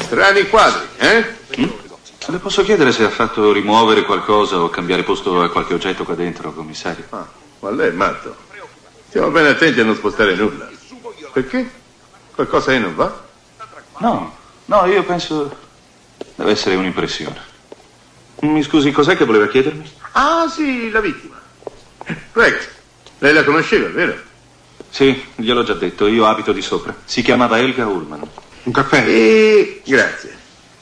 Strani quadri, eh? Le posso chiedere se ha fatto rimuovere qualcosa o cambiare posto a qualche oggetto qua dentro, commissario? Ma lei è matto. Stiamo bene attenti a non spostare nulla. Perché? Qualcosa che non va? No, io penso deve essere un'impressione. Mi scusi, cos'è che voleva chiedermi? Ah, sì, la vittima. Prego, lei la conosceva, vero? Sì, gliel'ho già detto, io abito di sopra. Si chiamava Helga Ullman. Un caffè? Grazie.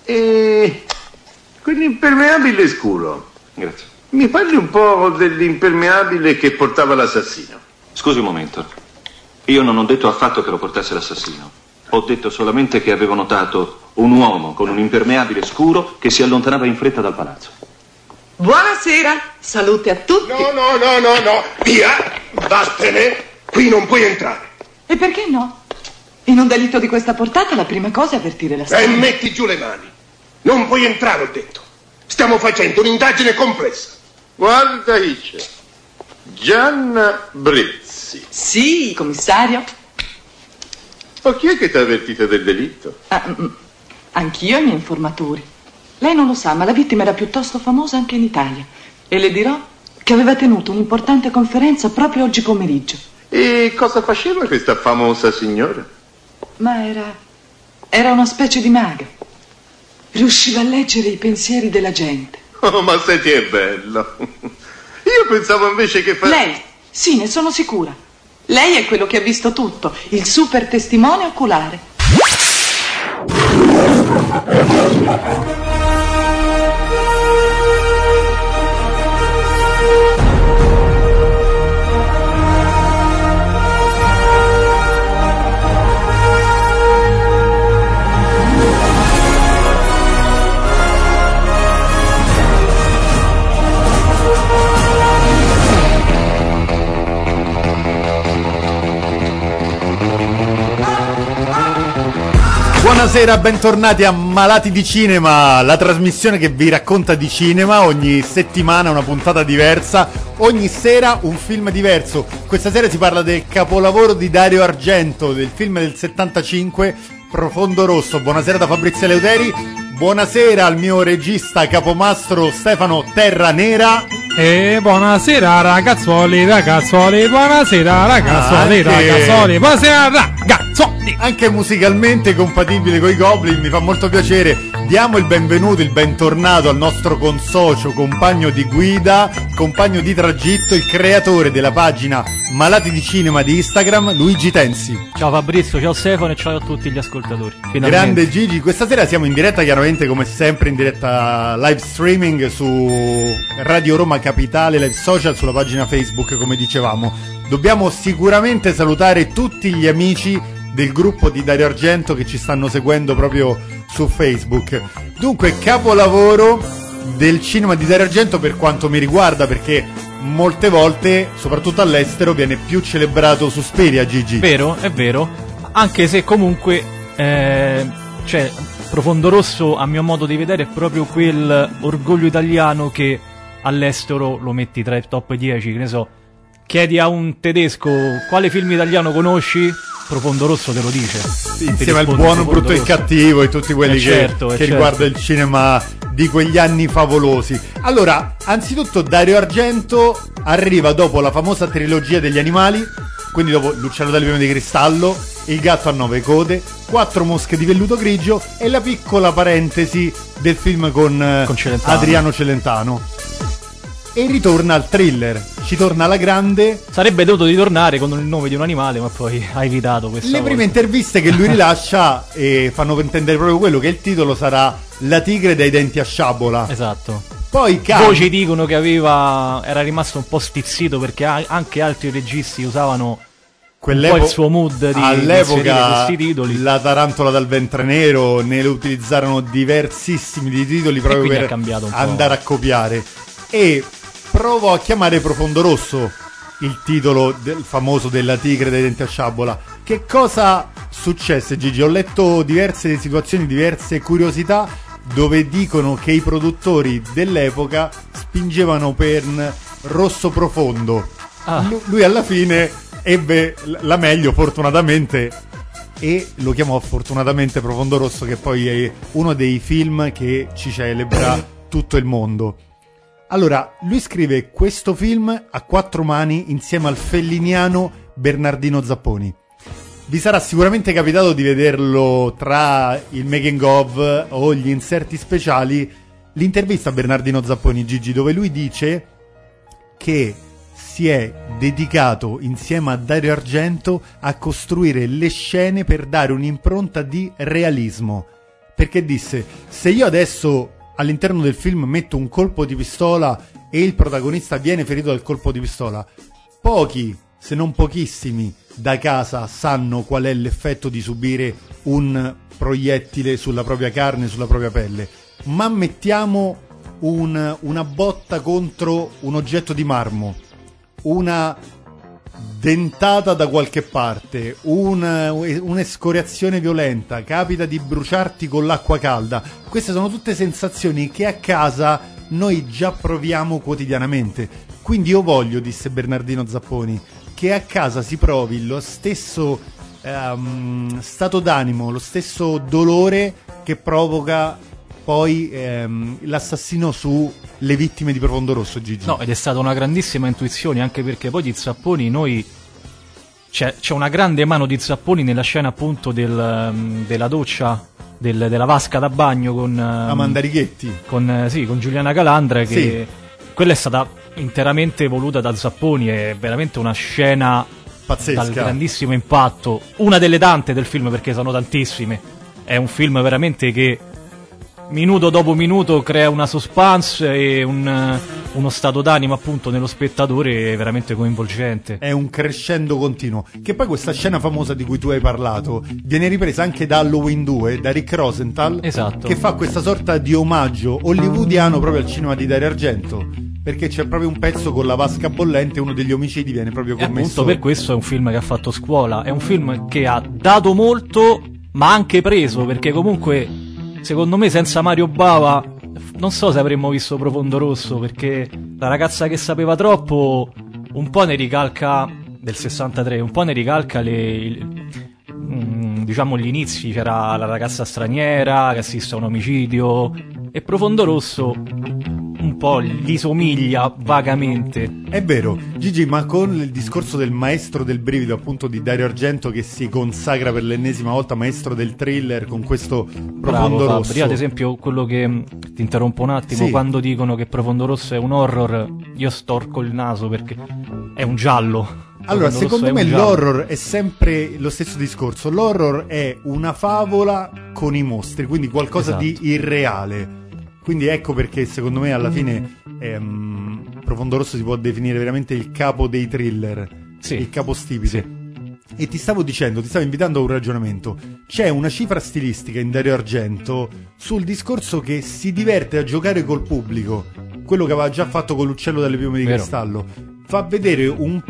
Quell'impermeabile scuro. Grazie. Mi parli un po' dell'impermeabile che portava l'assassino. Scusi un momento. Io non ho detto affatto che lo portasse l'assassino. Ho detto solamente che avevo notato un uomo con un impermeabile scuro che si allontanava in fretta dal palazzo. Buonasera, salute a tutti. No. Via, vattene. Qui non puoi entrare. E perché no? In un delitto di questa portata la prima cosa è avvertire la strada. E metti giù le mani. Non puoi entrare, ho detto. Stiamo facendo un'indagine complessa. Guarda chi c'è. Gianna Brezzi. Sì, commissario. Ma chi è che ti ha avvertito del delitto? Anch'io e i miei informatori. Lei non lo sa, ma la vittima era piuttosto famosa anche in Italia. E le dirò che aveva tenuto un'importante conferenza proprio oggi pomeriggio. E cosa faceva questa famosa signora? Ma era una specie di maga. Riusciva a leggere i pensieri della gente. Oh, ma senti, è bello. Io pensavo invece che Lei? Sì, ne sono sicura. Lei è quello che ha visto tutto, il super testimone oculare. Buonasera, bentornati a Malati di Cinema, la trasmissione che vi racconta di cinema. Ogni settimana una puntata diversa, ogni sera un film diverso. Questa sera si parla del capolavoro di Dario Argento, del film del 75, Profondo Rosso. Buonasera da Fabrizio Eleuteri, buonasera al mio regista capomastro Stefano Terranera. E buonasera ragazzuoli, buonasera ragazzuoli, buonasera ragazzuoli. Anche musicalmente compatibile coi Goblin, mi fa molto piacere. Diamo il benvenuto, il bentornato al nostro consocio, compagno di guida, compagno di tragitto, il creatore della pagina Malati di Cinema di Instagram, Luigi Tensi. Ciao Fabrizio, ciao Stefano e ciao a tutti gli ascoltatori. Finalmente. Grande Gigi, questa sera siamo in diretta, chiaramente come sempre in diretta live streaming su Radio Roma Capitale, live social sulla pagina Facebook, come dicevamo. Dobbiamo sicuramente salutare tutti gli amici del gruppo di Dario Argento che ci stanno seguendo proprio su Facebook. Dunque, capolavoro del cinema di Dario Argento per quanto mi riguarda, perché molte volte, soprattutto all'estero, viene più celebrato Suspiria, Gigi. Vero, è vero. Anche se comunque cioè Profondo Rosso, a mio modo di vedere, è proprio quel orgoglio italiano che all'estero lo metti tra i top 10, che ne so. Chiedi a un tedesco quale film italiano conosci? Profondo Rosso te lo dice. Insieme al Buono, Brutto e Cattivo e tutti quelli che riguarda il cinema di quegli anni favolosi. Allora, anzitutto Dario Argento arriva dopo la famosa trilogia degli animali, quindi dopo L'uccello dal piume di cristallo, Il gatto a 9 code, 4 mosche di velluto grigio e la piccola parentesi del film con Celentano. Adriano Celentano. E ritorna al thriller, ci torna alla grande. Sarebbe dovuto ritornare con il nome di un animale, ma poi ha evitato questa Le prime interviste che lui rilascia fanno intendere proprio quello, che il titolo sarà La tigre dai denti a sciabola. Esatto. Poi voci dicono che era rimasto un po' stizzito perché anche altri registi usavano un po' il suo mood di all'epoca questi titoli. La tarantola dal ventre nero, ne utilizzarono diversissimi di titoli proprio per andare a copiare. E provo a chiamare Profondo Rosso il titolo del famoso della tigre dai denti a sciabola. Che cosa successe, Gigi? Ho letto diverse situazioni, diverse curiosità dove dicono che i produttori dell'epoca spingevano per Rosso Profondo. Lui alla fine ebbe la meglio, fortunatamente e lo chiamò fortunatamente Profondo Rosso, che poi è uno dei film che ci celebra tutto il mondo. Allora, lui scrive questo film a 4 mani insieme al felliniano Bernardino Zapponi. Vi sarà sicuramente capitato di vederlo tra il making of o gli inserti speciali, l'intervista a Bernardino Zapponi, Gigi, dove lui dice che si è dedicato insieme a Dario Argento a costruire le scene per dare un'impronta di realismo, perché disse: se io adesso all'interno del film metto un colpo di pistola e il protagonista viene ferito dal colpo di pistola, pochi, se non pochissimi, da casa sanno qual è l'effetto di subire un proiettile sulla propria carne, sulla propria pelle, ma mettiamo una botta contro un oggetto di marmo, una dentata da qualche parte, un'escoriazione violenta, capita di bruciarti con l'acqua calda. Queste sono tutte sensazioni che a casa noi già proviamo quotidianamente. Quindi io voglio, disse Bernardino Zapponi, che a casa si provi lo stesso stato d'animo, lo stesso dolore che provoca poi l'assassino sulle vittime di Profondo Rosso, Gigi. No, ed è stata una grandissima intuizione, anche perché poi di Zapponi c'è una grande mano di Zapponi nella scena appunto della doccia, della vasca da bagno con Amanda Righetti, con Giuliana Calandra, che quella è stata interamente voluta da Zapponi, è veramente una scena pazzesca, dal grandissimo impatto, una delle tante del film, perché sono tantissime. È un film veramente che minuto dopo minuto crea una suspense e uno stato d'animo appunto nello spettatore veramente coinvolgente. È un crescendo continuo. Che poi questa scena famosa di cui tu hai parlato viene ripresa anche da Halloween 2, da Rick Rosenthal, esatto, che fa questa sorta di omaggio hollywoodiano proprio al cinema di Dario Argento, perché c'è proprio un pezzo con la vasca bollente, uno degli omicidi viene proprio commesso. E appunto per questo è un film che ha fatto scuola, è un film che ha dato molto ma anche preso, perché comunque secondo me senza Mario Bava non so se avremmo visto Profondo Rosso, perché La ragazza che sapeva troppo un po' ne ricalca, del 63, un po' ne ricalca diciamo gli inizi. C'era la ragazza straniera che assiste a un omicidio, e Profondo Rosso un po' gli somiglia vagamente. È vero, Gigi, ma con il discorso del maestro del brivido appunto di Dario Argento, che si consacra per l'ennesima volta maestro del thriller con questo Profondo Rosso. Fabri, ad esempio quello che ti interrompo un attimo, sì, quando dicono che Profondo Rosso è un horror, io storco il naso perché è un giallo. Allora, secondo me l'horror è sempre lo stesso discorso. L'horror è una favola con i mostri, quindi qualcosa di irreale. Quindi ecco perché secondo me alla fine Profondo Rosso si può definire veramente il capo dei thriller, il capostipite. E ti stavo invitando a un ragionamento. C'è una cifra stilistica in Dario Argento sul discorso che si diverte a giocare col pubblico, quello che aveva già fatto con l'uccello dalle piume di cristallo. Fa vedere una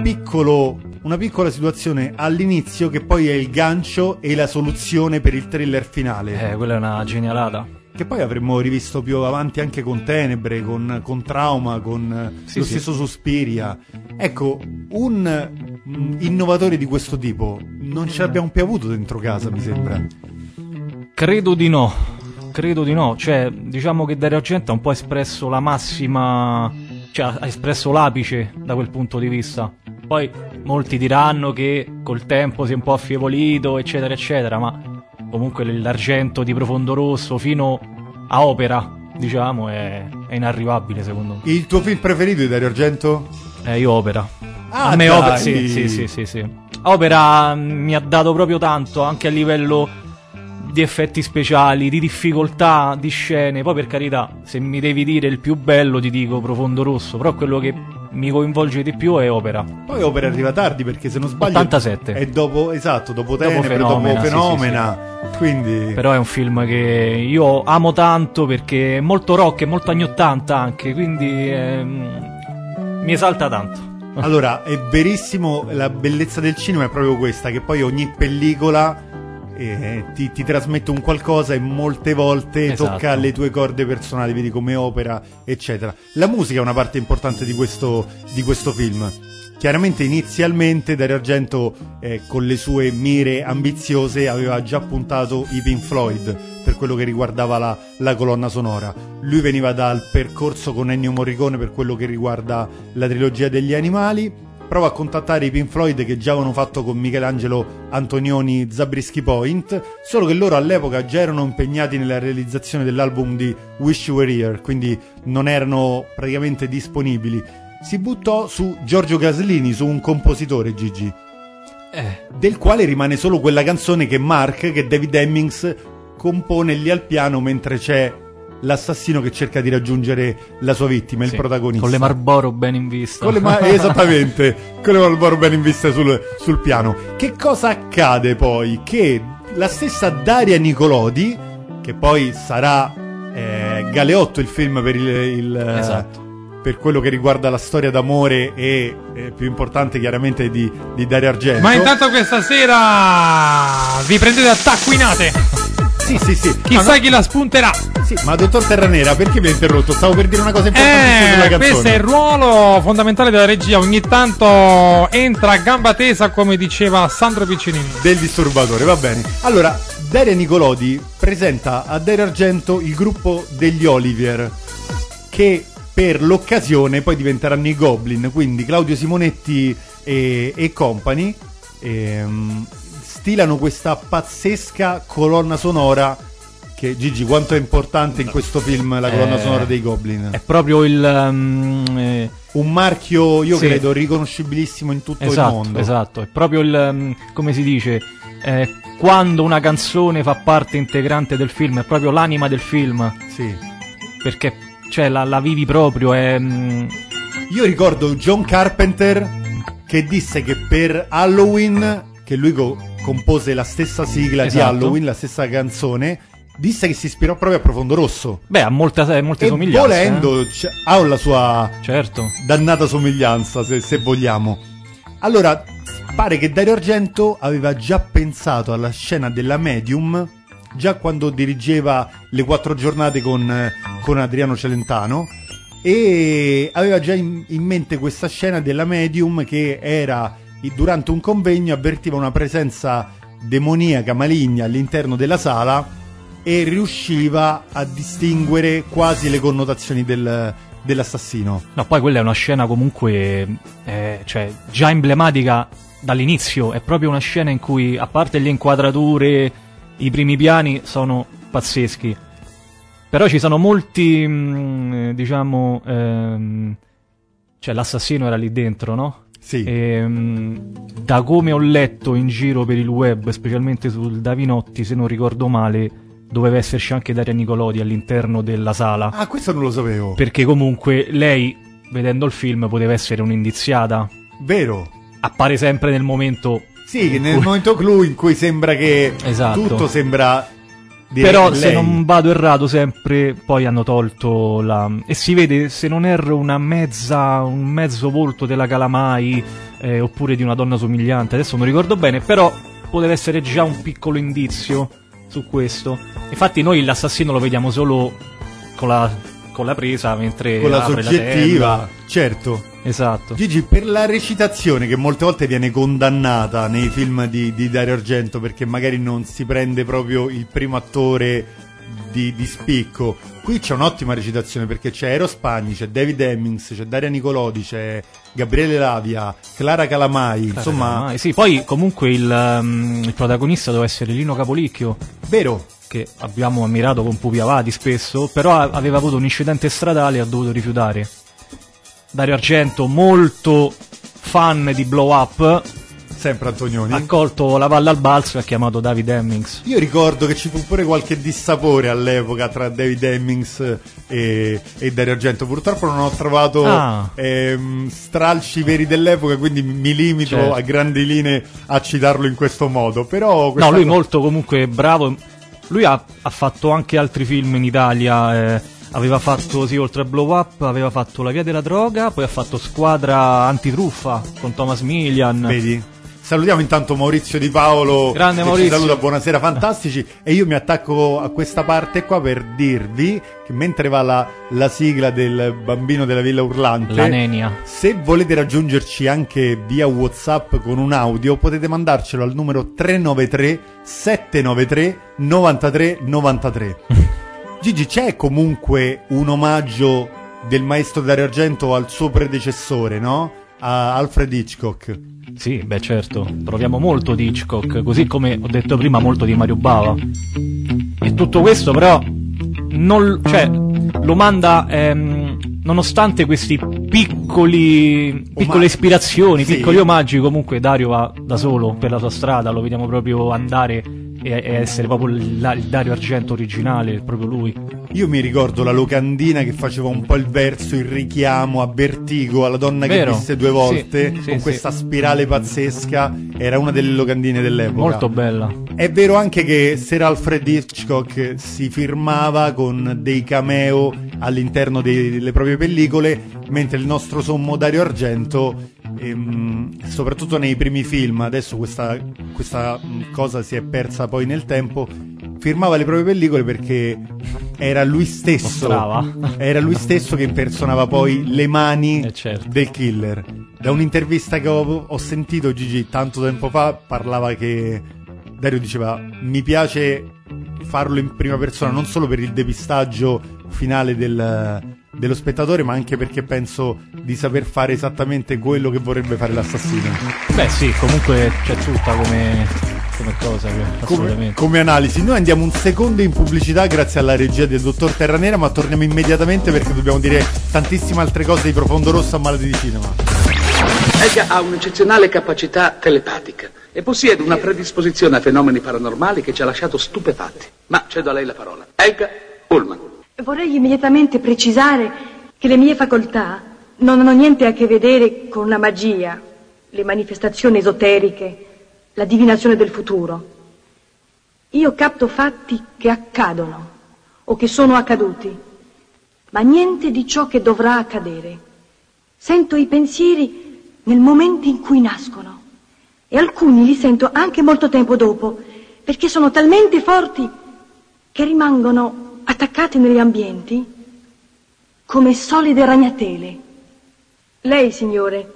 piccola situazione all'inizio che poi è il gancio e la soluzione per il thriller finale. Quella è una genialata. Che poi avremmo rivisto più avanti anche con Tenebre, con Trauma, con lo stesso Suspiria. Ecco, un innovatore di questo tipo non ce l'abbiamo più avuto dentro casa, mi sembra. Credo di no. Cioè, diciamo che Dario Argento ha un po' espresso la massima, cioè ha espresso l'apice da quel punto di vista. Poi molti diranno che col tempo si è un po' affievolito, eccetera eccetera, ma comunque l'Argento di Profondo Rosso fino a Opera, diciamo, è inarrivabile secondo me. Il tuo film preferito di Dario Argento? Io Opera. Ah, a me dai. Opera, sì. Opera mi ha dato proprio tanto, anche a livello di effetti speciali, di difficoltà, di scene. Poi per carità, se mi devi dire il più bello ti dico Profondo Rosso, però quello che mi coinvolge di più è Opera. Poi Opera arriva tardi, perché se non sbaglio 87. è dopo Tenebre, dopo Fenomena. Sì. Quindi però è un film che io amo tanto perché è molto rock, è molto anni 80 anche, quindi mi esalta tanto. Allora, è verissimo, la bellezza del cinema è proprio questa, che poi ogni pellicola ti trasmette un qualcosa e molte volte tocca le tue corde personali, vedi come Opera, eccetera. La musica è una parte importante di questo film. chiaramente inizialmente Dario Argento con le sue mire ambiziose aveva già puntato i Pink Floyd per quello che riguardava la colonna sonora. Lui veniva dal percorso con Ennio Morricone per quello che riguarda la trilogia degli animali. Prova a contattare i Pink Floyd che già avevano fatto con Michelangelo Antonioni Zabriskie Point, solo che loro all'epoca già erano impegnati nella realizzazione dell'album di Wish You Were Here, quindi non erano praticamente disponibili. Si buttò su Giorgio Gaslini, su un compositore, Gigi, del quale rimane solo quella canzone che David Hemmings compone lì al piano mentre c'è l'assassino che cerca di raggiungere la sua vittima, il protagonista. Con le Marlboro ben in vista. Esattamente, con le Marlboro ben in vista sul piano. Che cosa accade poi? Che la stessa Daria Nicolodi, che poi sarà Galeotto il film per esatto. Per quello che riguarda la storia d'amore e più importante chiaramente di Dario Argento. Ma intanto questa sera vi prendete a taccuinate. Sì. Chissà chi la spunterà. Sì, ma dottor Terranera, perché mi ha interrotto? Stavo per dire una cosa importante sulla canzone. Questo è il ruolo fondamentale della regia. Ogni tanto entra a gamba tesa, come diceva Sandro Piccinini. Del disturbatore, va bene. Allora, Daria Nicolodi presenta a Dario Argento il gruppo degli Olivier, che per l'occasione poi diventeranno i Goblin, quindi Claudio Simonetti e company stilano questa pazzesca colonna sonora che, Gigi, quanto è importante in questo film la colonna sonora dei Goblin? È proprio un marchio, io credo, riconoscibilissimo in tutto il mondo. Esatto, è proprio il, come si dice, quando una canzone fa parte integrante del film, è proprio l'anima del film. Sì. Perché cioè la vivi proprio. Io ricordo John Carpenter che disse che per Halloween, che lui compose la stessa sigla di Halloween, la stessa canzone, disse che si ispirò proprio a Profondo Rosso. Beh, ha molte somiglianze. Volendo ha la sua dannata somiglianza, se vogliamo. Allora, pare che Dario Argento aveva già pensato alla scena della Medium già quando dirigeva Le 4 giornate con Adriano Celentano, e aveva già in mente questa scena della Medium che era durante un convegno, avvertiva una presenza demoniaca maligna all'interno della sala e riusciva a distinguere quasi le connotazioni dell'assassino. No, poi quella è una scena comunque cioè già emblematica dall'inizio, è proprio una scena in cui, a parte le inquadrature, i primi piani sono pazzeschi, però ci sono molti diciamo cioè l'assassino era lì dentro, no? Sì. Da come ho letto in giro per il web, specialmente sul Davinotti, se non ricordo male, doveva esserci anche Daria Nicolodi all'interno della sala. Ah, questo non lo sapevo. Perché comunque lei, vedendo il film, poteva essere un'indiziata. Vero. Appare sempre nel momento... Sì, nel momento clou in cui sembra che tutto sembra... Però se non vado errato sempre poi hanno tolto e si vede, se non erro, un mezzo volto della Calamai oppure di una donna somigliante, adesso non ricordo bene, però poteva essere già un piccolo indizio su questo. Infatti noi l'assassino lo vediamo solo con la presa, mentre con la apre soggettiva, la tenda. certo. Esatto. Gigi, per la recitazione, che molte volte viene condannata nei film di Dario Argento perché magari non si prende proprio il primo attore di spicco, qui c'è un'ottima recitazione perché c'è Eero Spagni, c'è David Hemmings, c'è Daria Nicolodi, c'è Gabriele Lavia, Clara Calamai, insomma Calamai. Sì, poi comunque il protagonista doveva essere Lino Capolicchio, vero, che abbiamo ammirato con Pupi Avati spesso, però aveva avuto un incidente stradale e ha dovuto rifiutare. Dario Argento, molto fan di Blow Up, sempre Antonioni, ha colto la palla al balzo e ha chiamato David Hemmings. Io ricordo che ci fu pure qualche dissapore all'epoca tra David Hemmings e Dario Argento. Purtroppo non ho trovato stralci veri dell'epoca, quindi mi limito a grandi linee a citarlo in questo modo. Però lui molto comunque bravo. Lui ha fatto anche altri film in Italia, aveva fatto, oltre a Blow Up, aveva fatto La via della droga, poi ha fatto Squadra antitruffa con Thomas Milian. Vedi? Salutiamo intanto Maurizio Di Paolo, Grande che Maurizio. ci saluta, buonasera fantastici, e io mi attacco a questa parte qua per dirvi che mentre va la sigla del bambino della Villa Urlante, La nenia. se volete raggiungerci anche via WhatsApp con un audio potete mandarcelo al numero 393 793 93 93. Gigi, c'è comunque un omaggio del maestro Dario Argento al suo predecessore, no? A Alfred Hitchcock. Sì, beh certo, troviamo molto di Hitchcock, così come ho detto prima molto di Mario Bava. E tutto questo però lo manda nonostante questi piccole ispirazioni, sì. piccoli omaggi, comunque Dario va da solo per la sua strada, lo vediamo proprio andare e essere proprio il Dario Argento originale, proprio lui. Io mi ricordo la locandina che faceva un po' il verso, il richiamo a Vertigo, alla donna Vero? che visse 2 volte, Sì, con sì, questa spirale pazzesca, era una delle locandine dell'epoca. Molto bella. È vero anche che Sir Alfred Hitchcock si firmava con dei cameo all'interno delle proprie pellicole, mentre il nostro sommo Dario Argento, soprattutto nei primi film, adesso questa cosa si è persa poi nel tempo, firmava le proprie pellicole perché era lui stesso che impersonava poi le mani certo. del killer. Da un'intervista che ho sentito, Gigi, tanto tempo fa, parlava che Dario diceva: mi piace farlo in prima persona non solo per il depistaggio finale dello spettatore, ma anche perché penso di saper fare esattamente quello che vorrebbe fare l'assassino. Beh sì, comunque c'è tutta come cosa, assolutamente. Come analisi. Noi andiamo un secondo in pubblicità grazie alla regia del dottor Terranera, ma torniamo immediatamente perché dobbiamo dire tantissime altre cose di Profondo Rosso a Malati di Cinema. Helga ha un'eccezionale capacità telepatica e possiede una predisposizione a fenomeni paranormali che ci ha lasciato stupefatti. Ma cedo a lei la parola. Helga Ullman. Vorrei immediatamente precisare che le mie facoltà non hanno niente a che vedere con la magia, le manifestazioni esoteriche, la divinazione del futuro. Io capto fatti che accadono o che sono accaduti, ma niente di ciò che dovrà accadere. Sento i pensieri nel momento in cui nascono e alcuni li sento anche molto tempo dopo, perché sono talmente forti che rimangono attaccati negli ambienti come solide ragnatele. Lei, signore,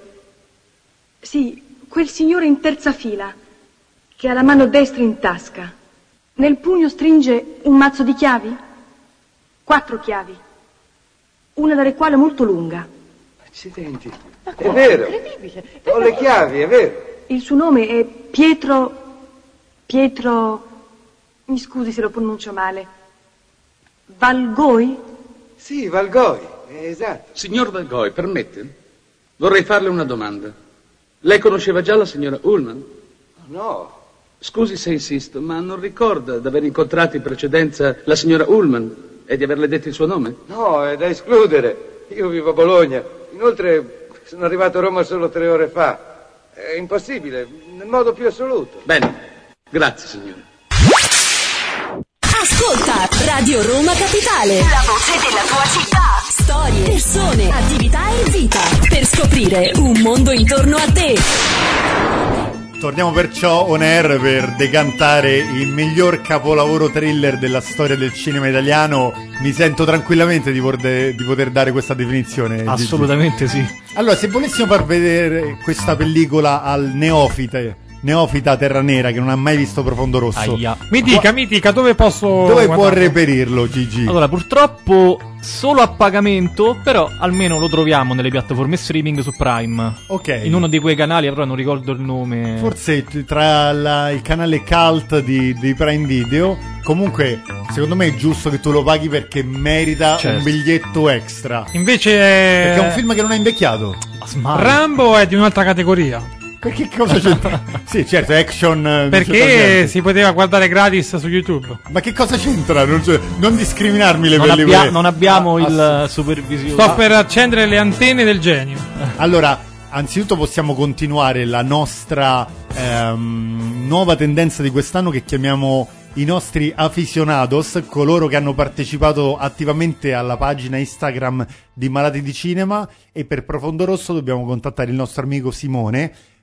sì, quel signore in terza fila che ha la mano destra in tasca, nel pugno stringe un mazzo di chiavi? 4 chiavi, una delle quali molto lunga. Accidenti, è vero, ho le chiavi, è vero. Il suo nome è Pietro, mi scusi se lo pronuncio male, Valgoi? Sì, Valgoi, esatto. Signor Valgoi, permette? Vorrei farle una domanda. Lei conosceva già la signora Ullman? No. Scusi se insisto, ma non ricorda di aver incontrato in precedenza la signora Ullman e di averle detto il suo nome? No, è da escludere. Io vivo a Bologna. Inoltre sono arrivato a Roma solo 3 ore fa. È impossibile, nel modo più assoluto. Bene, grazie signore. Ascolta Radio Roma Capitale, la voce della tua città. Storie, persone, attività e vita per scoprire un mondo intorno a te. Torniamo perciò on air per decantare il miglior capolavoro thriller della storia del cinema italiano. Mi sento tranquillamente di poter dare questa definizione. Assolutamente Gigi. sì. Allora, se volessimo far vedere questa pellicola al neofita Terranera che non ha mai visto Profondo Rosso, Mi dica, dove posso dove guardarlo? può reperirlo, Gigi? Allora, purtroppo solo a pagamento, però almeno lo troviamo nelle piattaforme streaming su Prime. Ok. In uno di quei canali, però non ricordo il nome. Forse tra il canale Cult di Prime Video. Comunque, secondo me è giusto che tu lo paghi perché merita Certo. un biglietto extra. Invece Perché è un film che non è invecchiato. Rambo è di un'altra categoria. Perché cosa c'entra? Sì, certo, action. Perché si poteva guardare gratis su YouTube. Ma che cosa c'entra? Non discriminarmi le pellicole. Non abbiamo il supervisione. Sto per accendere le antenne del genio. Allora, anzitutto possiamo continuare la nostra nuova tendenza di quest'anno che chiamiamo i nostri aficionados, coloro che hanno partecipato attivamente alla pagina Instagram di Malati di Cinema, e per Profondo Rosso dobbiamo contattare il nostro amico Simone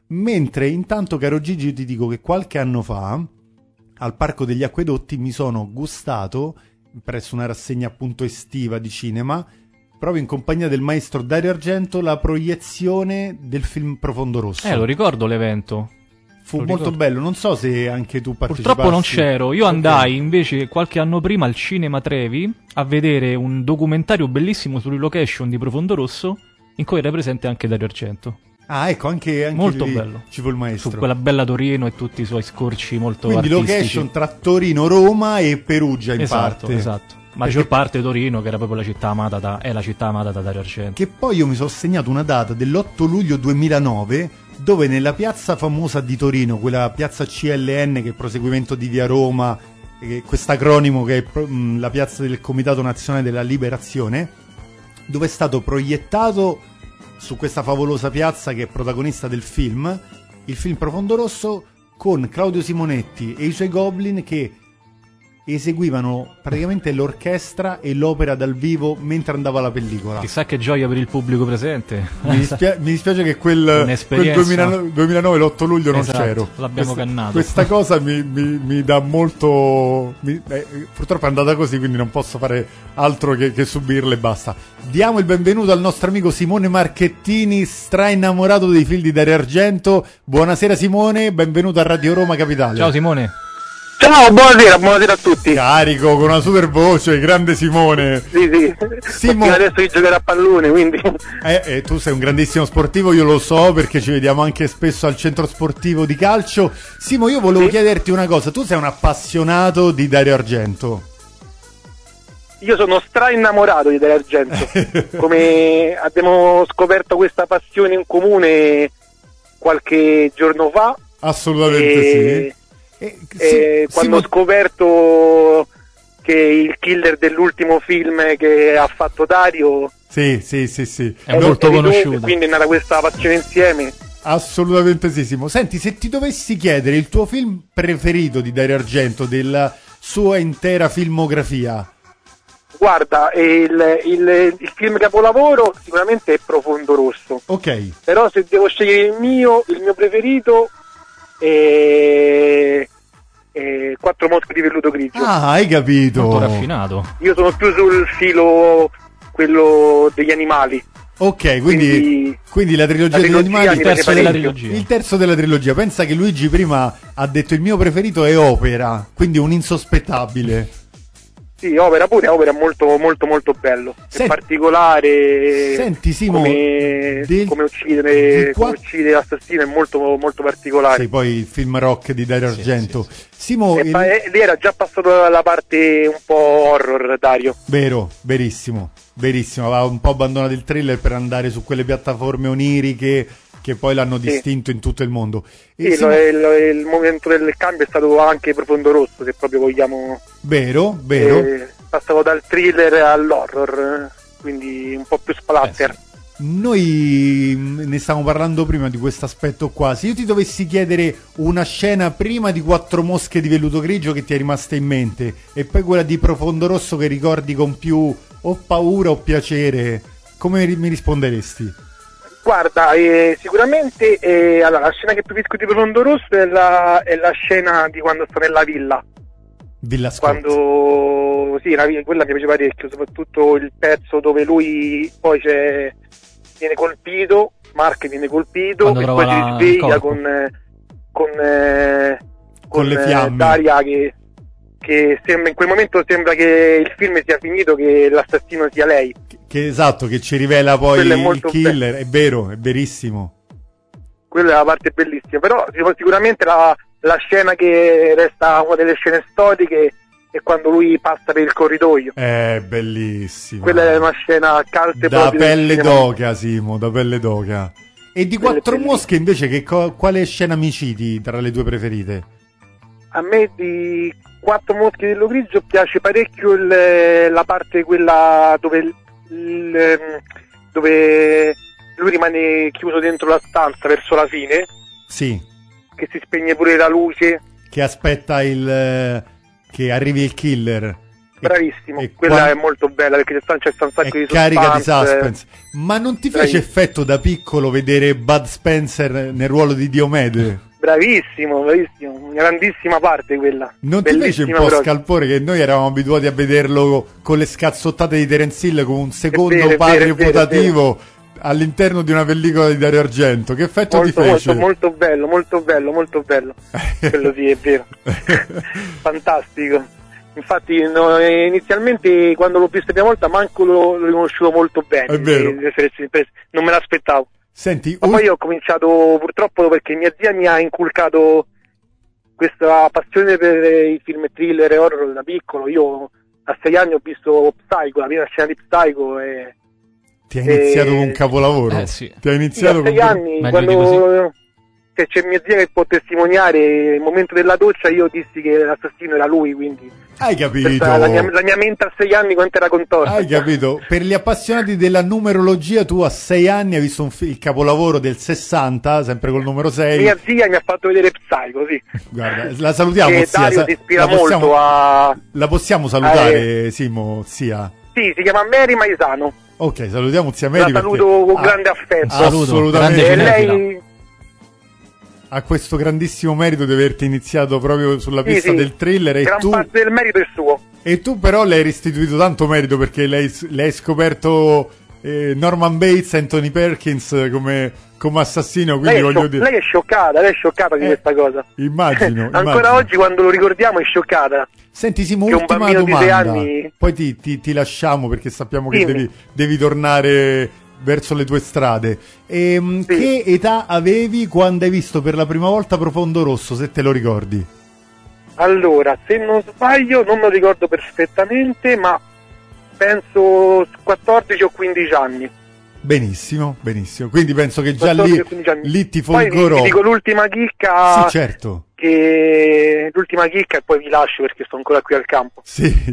Mentre intanto, caro Gigi, io ti dico che qualche anno fa al Parco degli Acquedotti mi sono gustato, presso una rassegna appunto estiva di cinema, proprio in compagnia del maestro Dario Argento, la proiezione del film Profondo Rosso. Lo ricordo l'evento. Fu molto bello, non so se anche tu partecipassi. Purtroppo non c'ero, io andai invece qualche anno prima al Cinema Trevi a vedere un documentario bellissimo sulle location di Profondo Rosso in cui era presente anche Dario Argento. Ah, ecco, anche molto lì bello. Ci fu il maestro. Su quella bella Torino e tutti i suoi scorci molto Quindi artistici. location tra Torino, Roma e Perugia in parte. Esatto. Maggior parte Torino, che era proprio la città amata da Dario Argento. Che poi io mi sono segnato una data dell'8 luglio 2009, dove nella piazza famosa di Torino, quella piazza CLN che è il proseguimento di Via Roma, quest'acronimo che è la piazza del Comitato Nazionale della Liberazione, dove è stato proiettato su questa favolosa piazza, che è protagonista del film, il film Profondo Rosso, con Claudio Simonetti e i suoi Goblin che eseguivano praticamente l'orchestra e l'opera dal vivo mentre andava la pellicola. Chissà che gioia per il pubblico presente. Mi dispiace che quel 2009, l'8 luglio non c'ero. L'abbiamo cannato. Questa cosa mi dà molto... purtroppo è andata così, quindi non posso fare altro che subirle e basta. Diamo il benvenuto al nostro amico Simone Marchettini, innamorato dei film di Dario Argento. Buonasera Simone, benvenuto a Radio Roma Capitale. Ciao Simone. Ciao, buonasera a tutti. Carico, con una super voce, grande Simone. Sì. Simone adesso di giocare a pallone, quindi. Tu sei un grandissimo sportivo, io lo so, perché ci vediamo anche spesso al centro sportivo di calcio. Simo, io volevo chiederti una cosa, tu sei un appassionato di Dario Argento. Io sono innamorato di Dario Argento. Come abbiamo scoperto questa passione in comune qualche giorno fa. Assolutamente quando ho scoperto che il killer dell'ultimo film che ha fatto Dario sì è molto conosciuto, quindi è nata questa passione insieme. Assolutamente sì, Simo. Senti, se ti dovessi chiedere il tuo film preferito di Dario Argento, della sua intera filmografia. Guarda, il film capolavoro sicuramente è Profondo Rosso. Ok. Però se devo scegliere il mio preferito Quattro mosche di velluto grigio. Ah, hai capito. Molto raffinato. Io sono più sul filo quello degli animali. Ok, quindi la trilogia degli animali, il terzo della trilogia. Pensa che Luigi prima ha detto il mio preferito è Opera, quindi un insospettabile. Sì, Opera è molto molto molto bello. In particolare, senti Simo, come uccide l'assassino è molto molto particolare. Sì, poi il film rock di Dario Argento. Sì. Simo, lì era già passato dalla parte un po' horror, Dario. Vero, verissimo, aveva un po' abbandonato il thriller per andare su quelle piattaforme oniriche che poi l'hanno distinto in tutto il mondo. Il momento del cambio è stato anche Profondo Rosso, se proprio vogliamo. Vero. Passavo dal thriller all'horror, quindi un po' più splatter. Noi ne stavamo parlando prima di questo aspetto qua. Se io ti dovessi chiedere una scena prima di Quattro mosche di velluto grigio che ti è rimasta in mente e poi quella di Profondo Rosso che ricordi con più o paura o piacere, come mi risponderesti? Guarda, sicuramente la scena che preferisco di Profondo Rosso è la scena di quando sta nella villa Scott. Quando quella mi piace parecchio, soprattutto il pezzo dove lui poi viene colpito, Mark viene colpito quando e poi si risveglia con le fiamme. Daria che sembra, in quel momento sembra che il film sia finito, che l'assassino sia lei. Esatto, che ci rivela poi il killer, è vero, è verissimo. Quella è la parte bellissima, però sicuramente la scena che resta una delle scene storiche è quando lui passa per il corridoio. È bellissima. Quella è una scena calda da pelle d'oca, Simo, da pelle d'oca. E di Quattro mosche invece quale scena mi citi tra le tue preferite? A me di Quattro mosche dello grigio piace parecchio la parte quella dove lui rimane chiuso dentro la stanza verso la fine. Sì. Che si spegne pure la luce. Che aspetta che arrivi il killer. Bravissimo, quella è molto bella perché c'è un sacco di carica di suspense. Ma non ti fece effetto da piccolo vedere Bud Spencer nel ruolo di Diomede? Bravissimo, una grandissima parte quella. Non ti fece un po' scalpore che noi eravamo abituati a vederlo con le scazzottate di Terence Hill come un secondo padre putativo all'interno di una pellicola di Dario Argento? Che effetto ti fece? Molto bello. Quello sì, è vero. Fantastico. Infatti inizialmente quando l'ho visto la prima volta manco l'ho riconosciuto molto bene. È vero. Non me l'aspettavo. Senti, ma poi ho cominciato purtroppo perché mia zia mi ha inculcato questa passione per i film thriller e horror da piccolo. Io a 6 anni ho visto Psycho, la prima scena di Psycho e... Ti ha iniziato con un capolavoro? Sì. Ti ha iniziato a 6 anni, quando c'è mia zia che può testimoniare, il momento della doccia io dissi che l'assassino era lui, quindi... Hai capito? La mia mente a 6 anni quanto era contorta. Hai capito? Per gli appassionati della numerologia, tu a 6 anni hai visto il capolavoro del 60, sempre col numero 6. Mia zia mi ha fatto vedere Psycho, sì. Guarda, la salutiamo, che zia. Dario si ispira molto a... La possiamo salutare, Simo, zia? Sì, si chiama Mary Maisano. Ok, salutiamo zia Mary. La saluto con grande affetto. Assolutamente. E lei... ha questo grandissimo merito di averti iniziato proprio sulla pista del thriller e gran parte del merito è suo. E tu però le hai restituito tanto merito perché lei hai scoperto Norman Bates, Anthony Perkins come assassino, quindi voglio dire... Lei è scioccata di questa cosa. Immagino. Ancora oggi quando lo ricordiamo è scioccata. Senti Simo, ultima domanda, poi ti lasciamo perché sappiamo che devi tornare verso le tue strade. Che età avevi quando hai visto per la prima volta Profondo Rosso, se te lo ricordi? Allora, se non sbaglio, non me lo ricordo perfettamente, ma penso 14 o 15 anni. Benissimo. Quindi penso che già lì ti folgorò. Poi vi dico l'ultima chicca. Sì, certo. L'ultima chicca e poi vi lascio perché sto ancora qui al campo. Sì.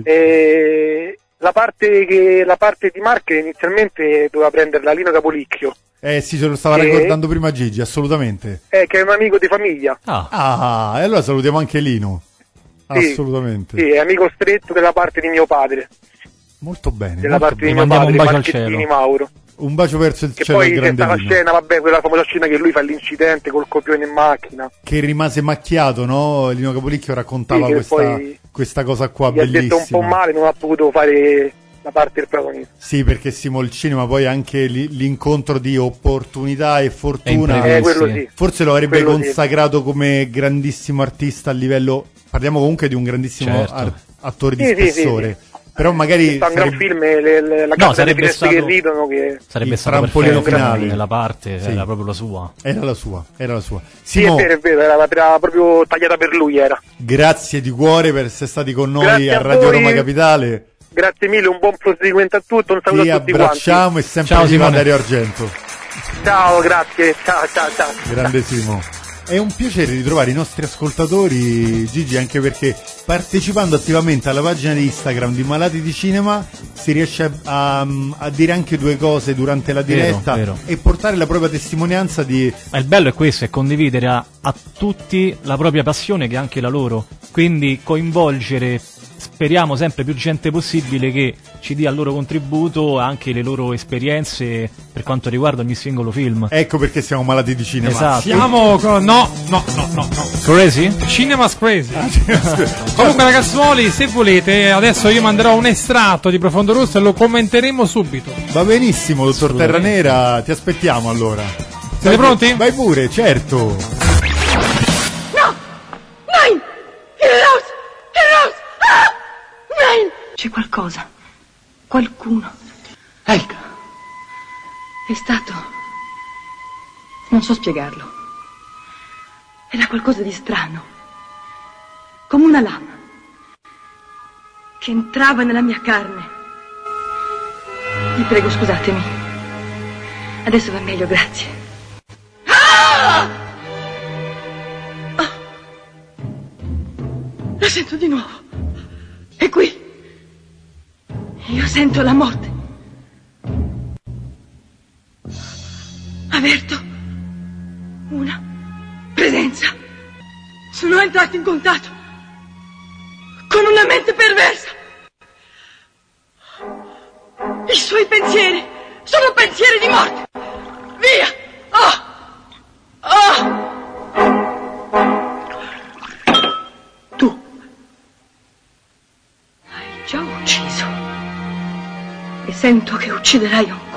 La parte di Mark inizialmente doveva prenderla Lino Capolicchio. Sì, ce lo stava ricordando prima Gigi, assolutamente. Che è un amico di famiglia. E allora salutiamo anche Lino. Sì, assolutamente. Sì, è amico stretto della parte di mio padre. Molto bene. Della parte di mio padre, Marchettini Mauro. Un bacio verso il cielo. Che poi c'è stata la scena, quella famosa scena che lui fa l'incidente col copione in macchina. Che rimase macchiato, no? Lino Capolicchio raccontava questa cosa qua, bellissima. Ha detto un po' male, non ha potuto fare la parte del protagonista. Sì, perché Simo, il cinema poi anche l'incontro di opportunità e fortuna forse lo avrebbe consacrato come grandissimo artista a livello, parliamo comunque di un grandissimo attore di spessore. Però magari un gran film, la casa delle finestre che ridono, che sarebbe il trampolino finale nella parte, era proprio la sua. Era la sua. Simo, sì, è vero, era proprio tagliata per lui, era. Grazie di cuore per essere stati con noi a Radio Roma Capitale. Grazie mille, un buon proseguimento a tutti, un saluto a tutti quanti. Ti abbracciamo e sempre viva Dario Argento. Ciao, grazie, ciao. Grande Simo. È un piacere ritrovare i nostri ascoltatori, Gigi, anche perché partecipando attivamente alla pagina di Instagram di Malati di Cinema si riesce a dire anche due cose durante la diretta, vero. E portare la propria testimonianza di... Ma il bello è questo, è condividere a tutti la propria passione che è anche la loro, quindi coinvolgere, speriamo, sempre più gente possibile che ci dia il loro contributo, anche le loro esperienze per quanto riguarda ogni singolo film. Ecco perché siamo Malati di Cinema. Esatto. Siamo no. Crazy? Cinema's Crazy. Comunque ragazzuoli, se volete, adesso io manderò un estratto di Profondo Rosso e lo commenteremo subito. Va benissimo, dottor Terranera, ti aspettiamo allora. Siete pronti? Vai pure, certo. No! Nein! Heraus! Ah! Nein! C'è qualcosa. Qualcuno. Elka. È stato... non so spiegarlo. Era qualcosa di strano. Come una lama. Che entrava nella mia carne. Vi prego, scusatemi. Adesso va meglio, grazie. Ah! Lo sento di nuovo. È qui. Io sento la morte. Avverto una presenza. Sono entrato in contatto con una mente perversa. suoi pensieri sono pensieri di morte. Via! Tu hai già ucciso e sento che ucciderai ancora.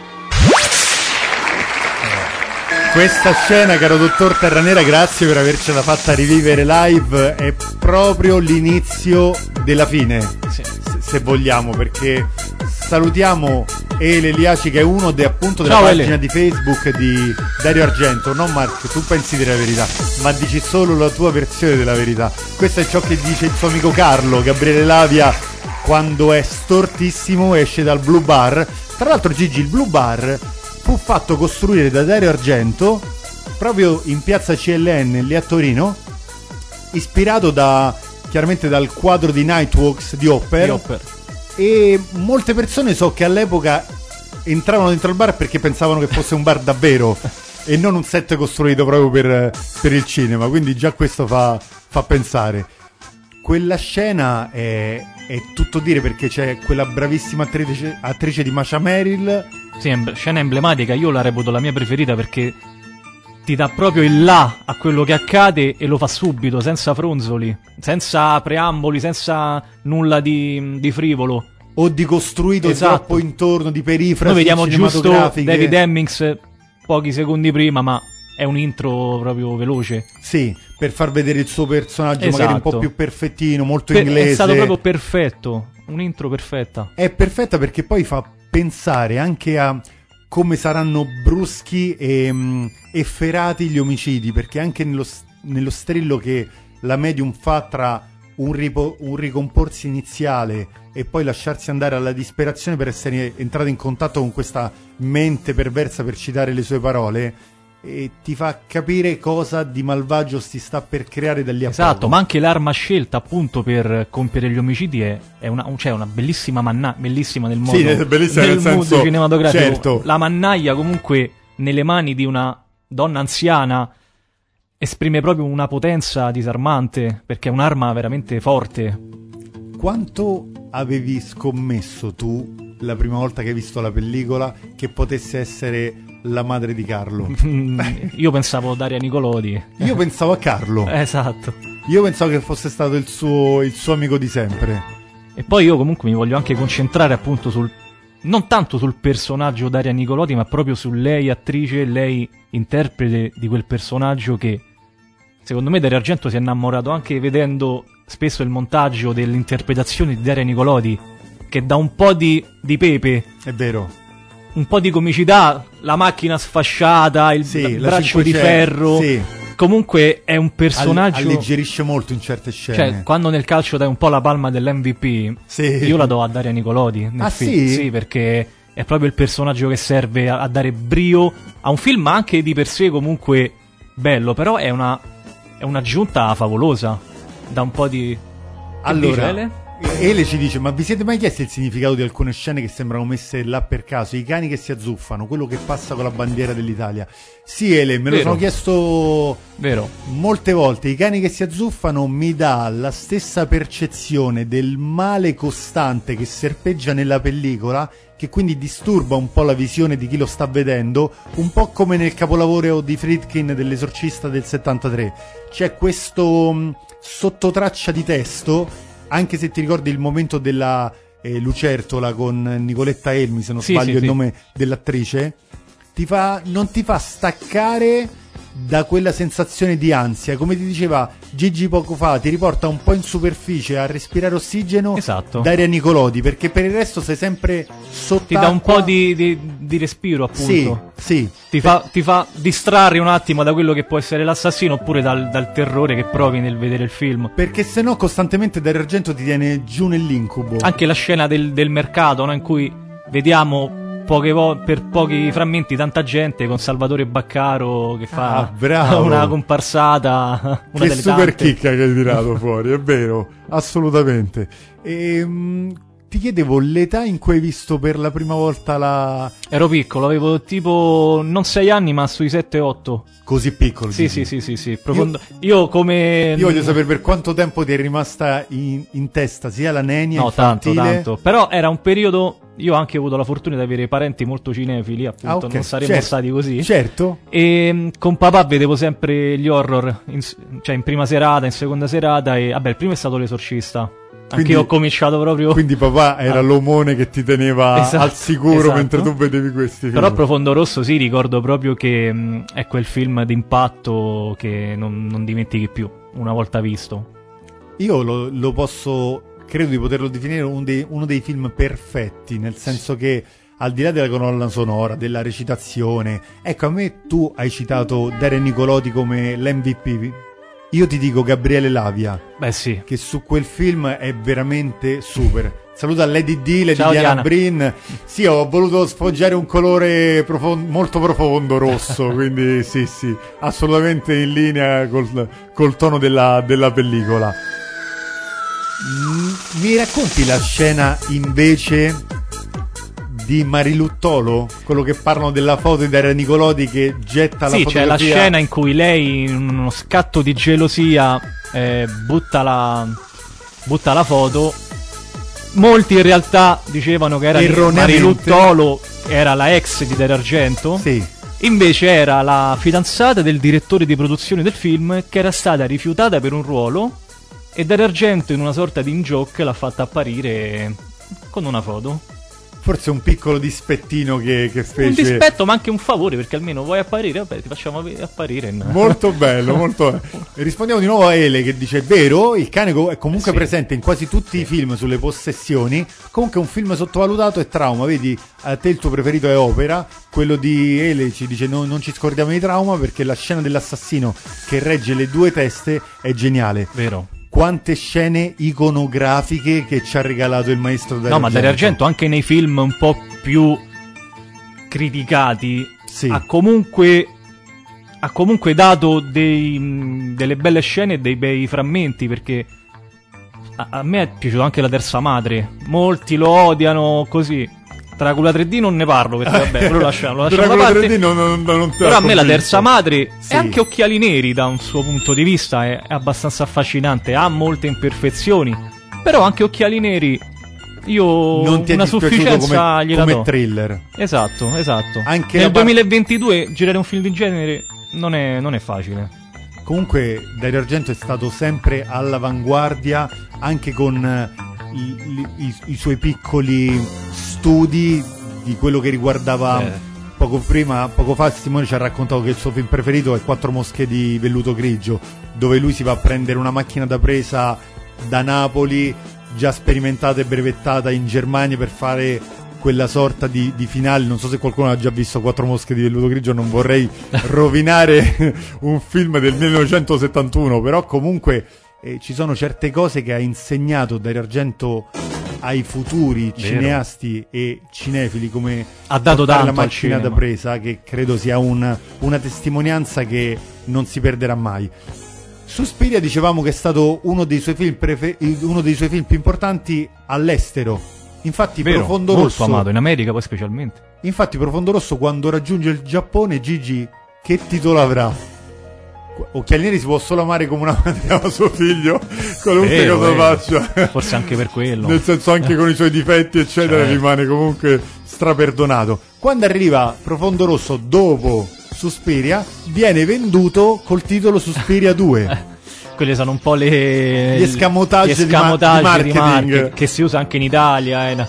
Questa scena, caro dottor Terranera, grazie per avercela fatta rivivere live, è proprio l'inizio della fine, se vogliamo, perché salutiamo Ele Liaci, che è uno appunto della pagina di Facebook di Dario Argento. No, Mark, tu pensi della verità, ma dici solo la tua versione della verità. Questo è ciò che dice il suo amico Carlo, Gabriele Lavia, quando è stortissimo esce dal Blue Bar. Tra l'altro, Gigi, il Blue Bar fu fatto costruire da Dario Argento proprio in piazza CLN lì a Torino, ispirato chiaramente dal quadro di Nightwalks di Hopper. E molte persone so che all'epoca entravano dentro il bar perché pensavano che fosse un bar davvero e non un set costruito proprio per il cinema, quindi già questo fa pensare. Quella scena è tutto dire, perché c'è quella bravissima attrice di Masha Merrill. Sì, scena emblematica, io la reputo la mia preferita perché ti dà proprio il là a quello che accade e lo fa subito, senza fronzoli, senza preamboli, senza nulla di frivolo o di costruito troppo intorno, di perifrasi. Noi vediamo giusto David Hemmings pochi secondi prima, ma è un intro proprio veloce. Sì, per far vedere il suo personaggio magari un po' più perfettino, molto inglese. È stato proprio perfetto, un intro perfetta. È perfetta perché poi fa pensare anche a come saranno bruschi e efferati gli omicidi, perché anche nello strillo che la medium fa tra un ricomporsi iniziale e poi lasciarsi andare alla disperazione per essere entrato in contatto con questa mente perversa, per citare le sue parole, e ti fa capire cosa di malvagio si sta per creare dagli a poco. Ma anche l'arma scelta appunto per compiere gli omicidi è una bellissima bellissima nel modo, bellissima nel mood senso cinematografico. Certo. La mannaia comunque nelle mani di una donna anziana esprime proprio una potenza disarmante, perché è un'arma veramente forte. Quanto avevi scommesso tu la prima volta che hai visto la pellicola che potesse essere la madre di Carlo? Io pensavo Daria Nicolodi. Io pensavo a Carlo. Esatto. Io pensavo che fosse stato il suo amico di sempre. E poi io comunque mi voglio anche concentrare appunto non tanto sul personaggio Daria Nicolodi, ma proprio su lei attrice, lei interprete di quel personaggio, che secondo me Dario Argento si è innamorato anche vedendo spesso il montaggio dell'interpretazione di Daria Nicolodi, che dà un po' di pepe. È vero. Un po' di comicità, la macchina sfasciata, il braccio di ferro. Sì. Comunque è un personaggio. Alleggerisce molto in certe scene. Cioè, quando nel calcio dai un po' la palma dell'MVP, io la do a Daria Nicolodi. Sì? Sì, perché è proprio il personaggio che serve a dare brio a un film anche di per sé comunque bello, però è un'aggiunta favolosa. Da un po' di. Allora. Ele ci dice: ma vi siete mai chiesti il significato di alcune scene che sembrano messe là per caso? I cani che si azzuffano, quello che passa con la bandiera dell'Italia. Sì, Ele, me lo sono chiesto molte volte. I cani che si azzuffano mi dà la stessa percezione del male costante che serpeggia nella pellicola, che quindi disturba un po' la visione di chi lo sta vedendo, un po' come nel capolavoro di Friedkin dell'Esorcista del 73. C'è questo sottotraccia di testo. Anche se ti ricordi il momento della lucertola con Nicoletta Elmi, se non sbaglio il nome dell'attrice, non ti fa staccare da quella sensazione di ansia. Come ti diceva Gigi poco fa, ti riporta un po' in superficie a respirare ossigeno. Esatto. Daria Nicolodi, perché per il resto sei sempre sott'acqua. Ti dà un po' di respiro, appunto. Sì. Ti fa distrarre un attimo da quello che può essere l'assassino, oppure dal terrore che provi nel vedere il film. Perché sennò costantemente Dario Argento ti tiene giù nell'incubo. Anche la scena del mercato, no? In cui vediamo per pochi frammenti tanta gente con Salvatore Baccaro che fa una comparsata, una che delle super tante chicca che hai tirato fuori, è vero, assolutamente. Ti chiedevo l'età in cui hai visto per la prima volta Ero piccolo, avevo tipo non 6 anni ma sui 7-8. Così piccolo? Sì. Profondo. Io voglio sapere per quanto tempo ti è rimasta in testa sia la nenia infantile. Tanto. Però era un periodo io ho anche avuto la fortuna di avere parenti molto cinefili, appunto, ok, non saremmo certo, stati così. certo. E con papà vedevo sempre gli horror, cioè in prima serata, in seconda serata, e vabbè, il primo è stato L'Esorcista. Anche io ho cominciato proprio. Quindi papà era l'omone che ti teneva Esatto, al sicuro esatto. mentre tu vedevi questi film. Però Profondo Rosso sì, ricordo proprio che è quel film d'impatto che non dimentichi più, una volta visto. Io lo posso, credo di poterlo definire uno dei film perfetti, nel senso che al di là della colonna sonora, della recitazione, ecco, a me tu hai citato Darren Nicolodi come l'MVP. Io ti dico Gabriele Lavia. Beh sì. Che su quel film è veramente super. Saluta Lady D, Lady Ciao, Diana Diana. Brin. Sì, ho voluto sfoggiare un colore molto profondo, rosso, quindi sì, assolutamente in linea col tono della pellicola. Mi racconti la scena invece di Mariluttolo, quello che parlano della foto di Daria Nicolodi che getta la fotografia? Sì, c'è la scena in cui lei, in uno scatto di gelosia, butta la foto. Molti in realtà dicevano che era Mariluttolo, era la ex di Dario Argento. Sì. Invece era la fidanzata del direttore di produzione del film, che era stata rifiutata per un ruolo, e Dario Argento, in una sorta di in-joke, l'ha fatta apparire con una foto. Forse un piccolo dispettino che fece. Un dispetto, ma anche un favore, perché almeno vuoi apparire? Vabbè, ti facciamo apparire. Molto bello, molto bello. E rispondiamo di nuovo a Ele che dice: è vero, il cane è comunque presente in quasi tutti i film sulle possessioni. Comunque è un film sottovalutato e Trauma. Vedi, a te il tuo preferito è Opera. Quello di Ele ci dice non ci scordiamo di Trauma, perché la scena dell'assassino che regge le due teste è geniale. Vero. Quante scene iconografiche che ci ha regalato il maestro Dario Argento. No, ma Dario Argento anche nei film un po' più criticati ha comunque dato delle belle scene e dei bei frammenti, perché a me è piaciuta anche La Terza Madre. Molti lo odiano così. Dracula 3D non ne parlo, perché vabbè, quello lasciamo da parte. 3D non te però a me La Terza Madre e anche Occhiali Neri, da un suo punto di vista, è abbastanza affascinante. Ha molte imperfezioni, però anche Occhiali Neri io non ti è una sufficienza gliela do. Come thriller. Esatto. Anche nel 2022 girare un film di genere non è facile. Comunque Dario Argento è stato sempre all'avanguardia, anche con i suoi piccoli studi di quello che riguardava. Poco fa Simone ci ha raccontato che il suo film preferito è Quattro mosche di velluto grigio, dove lui si va a prendere una macchina da presa da Napoli, già sperimentata e brevettata in Germania, per fare quella sorta di finale. Non so se qualcuno ha già visto Quattro mosche di velluto grigio, non vorrei rovinare un film del 1971, però comunque ci sono certe cose che ha insegnato Dario Argento ai futuri cineasti e cinefili, come ha dato tanto la macchina al da presa, che credo sia una testimonianza che non si perderà mai. Suspiria dicevamo che è stato uno dei suoi film più importanti all'estero. Infatti Profondo Rosso, molto amato in America poi specialmente. Infatti Profondo Rosso, quando raggiunge il Giappone, Gigi che titolo avrà? Occhiali Neri si può solo amare come una madre ama suo figlio, qualunque cosa faccia. Forse anche per quello. Nel senso, anche con i suoi difetti eccetera, rimane comunque straperdonato. Quando arriva Profondo Rosso dopo Suspiria, viene venduto col titolo Suspiria 2. Quelle sono un po' gli escamotage di marketing che si usa anche in Italia,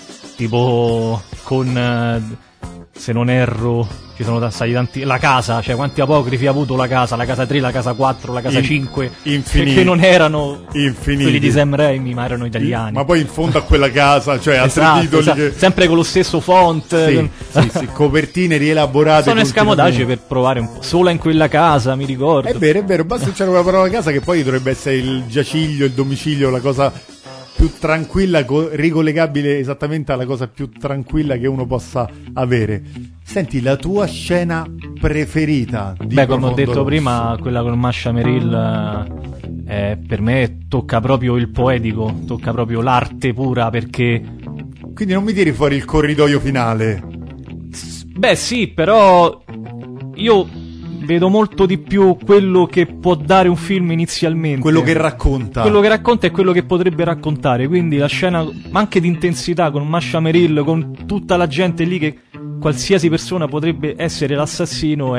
tipo con se non erro ci sono stati tanti. La casa, cioè quanti apocrifi ha avuto la casa 3, la casa 4, la casa 5, che non erano quelli di Sam Raimi, ma erano italiani. Ma poi in fondo a quella casa, cioè altri titoli che... sempre con lo stesso font, sì, copertine rielaborate. Sono escamotage per provare un po'. Sola in quella casa, mi ricordo. È vero, basta c'era una parola casa, che poi dovrebbe essere il giaciglio, il domicilio, la cosa più tranquilla, ricollegabile esattamente alla cosa più tranquilla che uno possa avere. Senti, la tua scena preferita di come ho detto prima, quella con Masha Merrill, per me tocca proprio il poetico, tocca proprio l'arte pura, perché... Quindi non mi tiri fuori il corridoio finale? Beh sì, però io vedo molto di più quello che può dare un film inizialmente. Quello che racconta. Quello che racconta è quello che potrebbe raccontare. Quindi la scena, ma anche di intensità, con Masha Merrill, con tutta la gente lì che qualsiasi persona potrebbe essere l'assassino,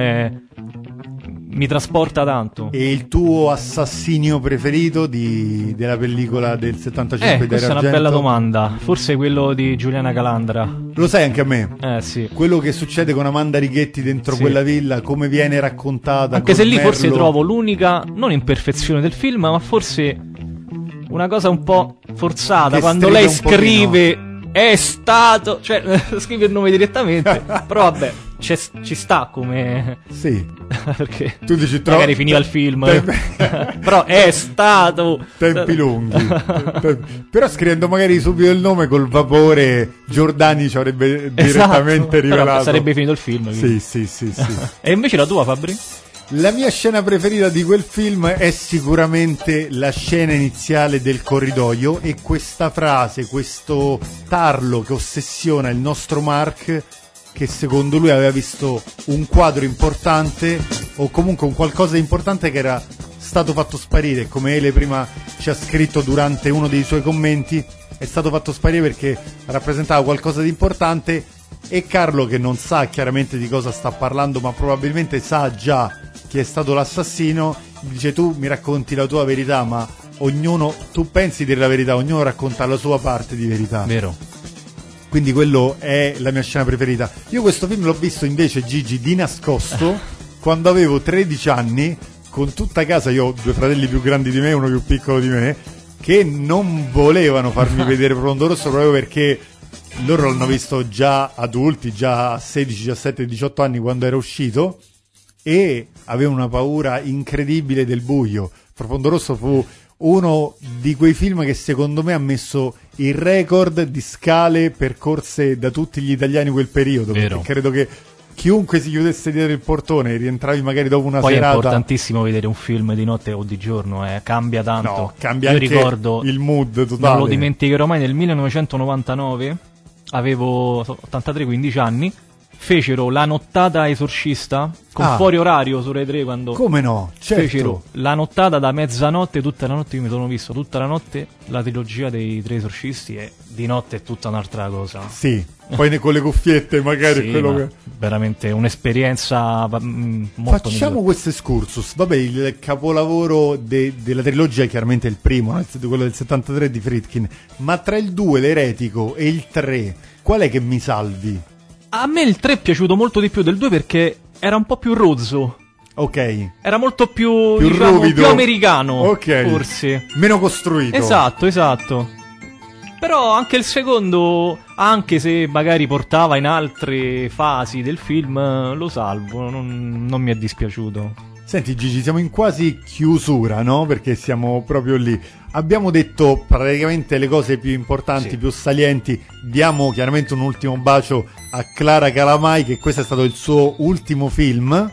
mi trasporta tanto. E il tuo assassinio preferito della pellicola del 75 questa è una bella domanda. Forse quello di Giuliana Calandra. Lo sai anche a me. Sì. Quello che succede con Amanda Righetti dentro quella villa, come viene raccontata. Anche se lì forse trovo l'unica, non imperfezione del film, ma forse una cosa un po' forzata, che quando lei scrive è stato, cioè scrive il nome direttamente. Però vabbè, ci sta come... Sì. Perché tu dici magari finiva il film. Però è stato... Tempi lunghi. Però scrivendo magari subito il nome col vapore, Giordani ci avrebbe direttamente rivelato. Però sarebbe finito il film. Sì. E invece la tua, Fabri? La mia scena preferita di quel film è sicuramente la scena iniziale del corridoio e questa frase, questo tarlo che ossessiona il nostro Mark, che secondo lui aveva visto un quadro importante o comunque un qualcosa di importante che era stato fatto sparire, come Ele prima ci ha scritto durante uno dei suoi commenti, è stato fatto sparire perché rappresentava qualcosa di importante. E Carlo, che non sa chiaramente di cosa sta parlando ma probabilmente sa già chi è stato l'assassino, dice: tu mi racconti la tua verità, ma tu pensi di dire la verità, ognuno racconta la sua parte di verità. Vero. Quindi quello è la mia scena preferita. Io questo film l'ho visto invece, Gigi, di nascosto quando avevo 13 anni, con tutta casa. Io ho 2 fratelli più grandi di me, uno più piccolo di me, che non volevano farmi vedere Profondo Rosso proprio perché loro l'hanno visto già adulti, già a 16, 17, 18 anni quando era uscito, e avevo una paura incredibile del buio. Profondo Rosso fu uno di quei film che secondo me ha messo il record di scale percorse da tutti gli italiani quel periodo. Vero. Perché credo che chiunque si chiudesse dietro il portone, rientravi magari dopo una Poi serata. Poi è importantissimo vedere un film di notte o di giorno, cambia tanto. No, cambia Io anche ricordo, il mood totale. Non lo dimenticherò mai, nel 1999, avevo 83, 15 anni, fecero La nottata esorcista con fuori orario su Rai 3, quando come no, certo. Fecero la nottata da mezzanotte, tutta la notte. Io mi sono visto tutta la notte la trilogia dei 3 esorcisti, e di notte è tutta un'altra cosa. Sì, poi con le cuffiette magari sì, quello che... veramente un'esperienza molto Facciamo migliore. questo excursus. Vabbè, il capolavoro della trilogia è chiaramente il primo, no? Quello del 73 di Friedkin, ma tra il 2, l'eretico, e il 3, qual è che mi salvi? A me il 3 è piaciuto molto di più del 2 perché era un po' più rozzo. Ok. Era molto più diciamo, ruvido. più americano, ok. forse. Meno costruito. Esatto. Però anche il secondo, anche se magari portava in altre fasi del film, lo salvo, non mi è dispiaciuto. Senti Gigi, siamo in quasi chiusura, no? Perché siamo proprio lì. Abbiamo detto praticamente le cose più importanti, sì, più salienti. Diamo chiaramente un ultimo bacio a Clara Calamai, che questo è stato il suo ultimo film,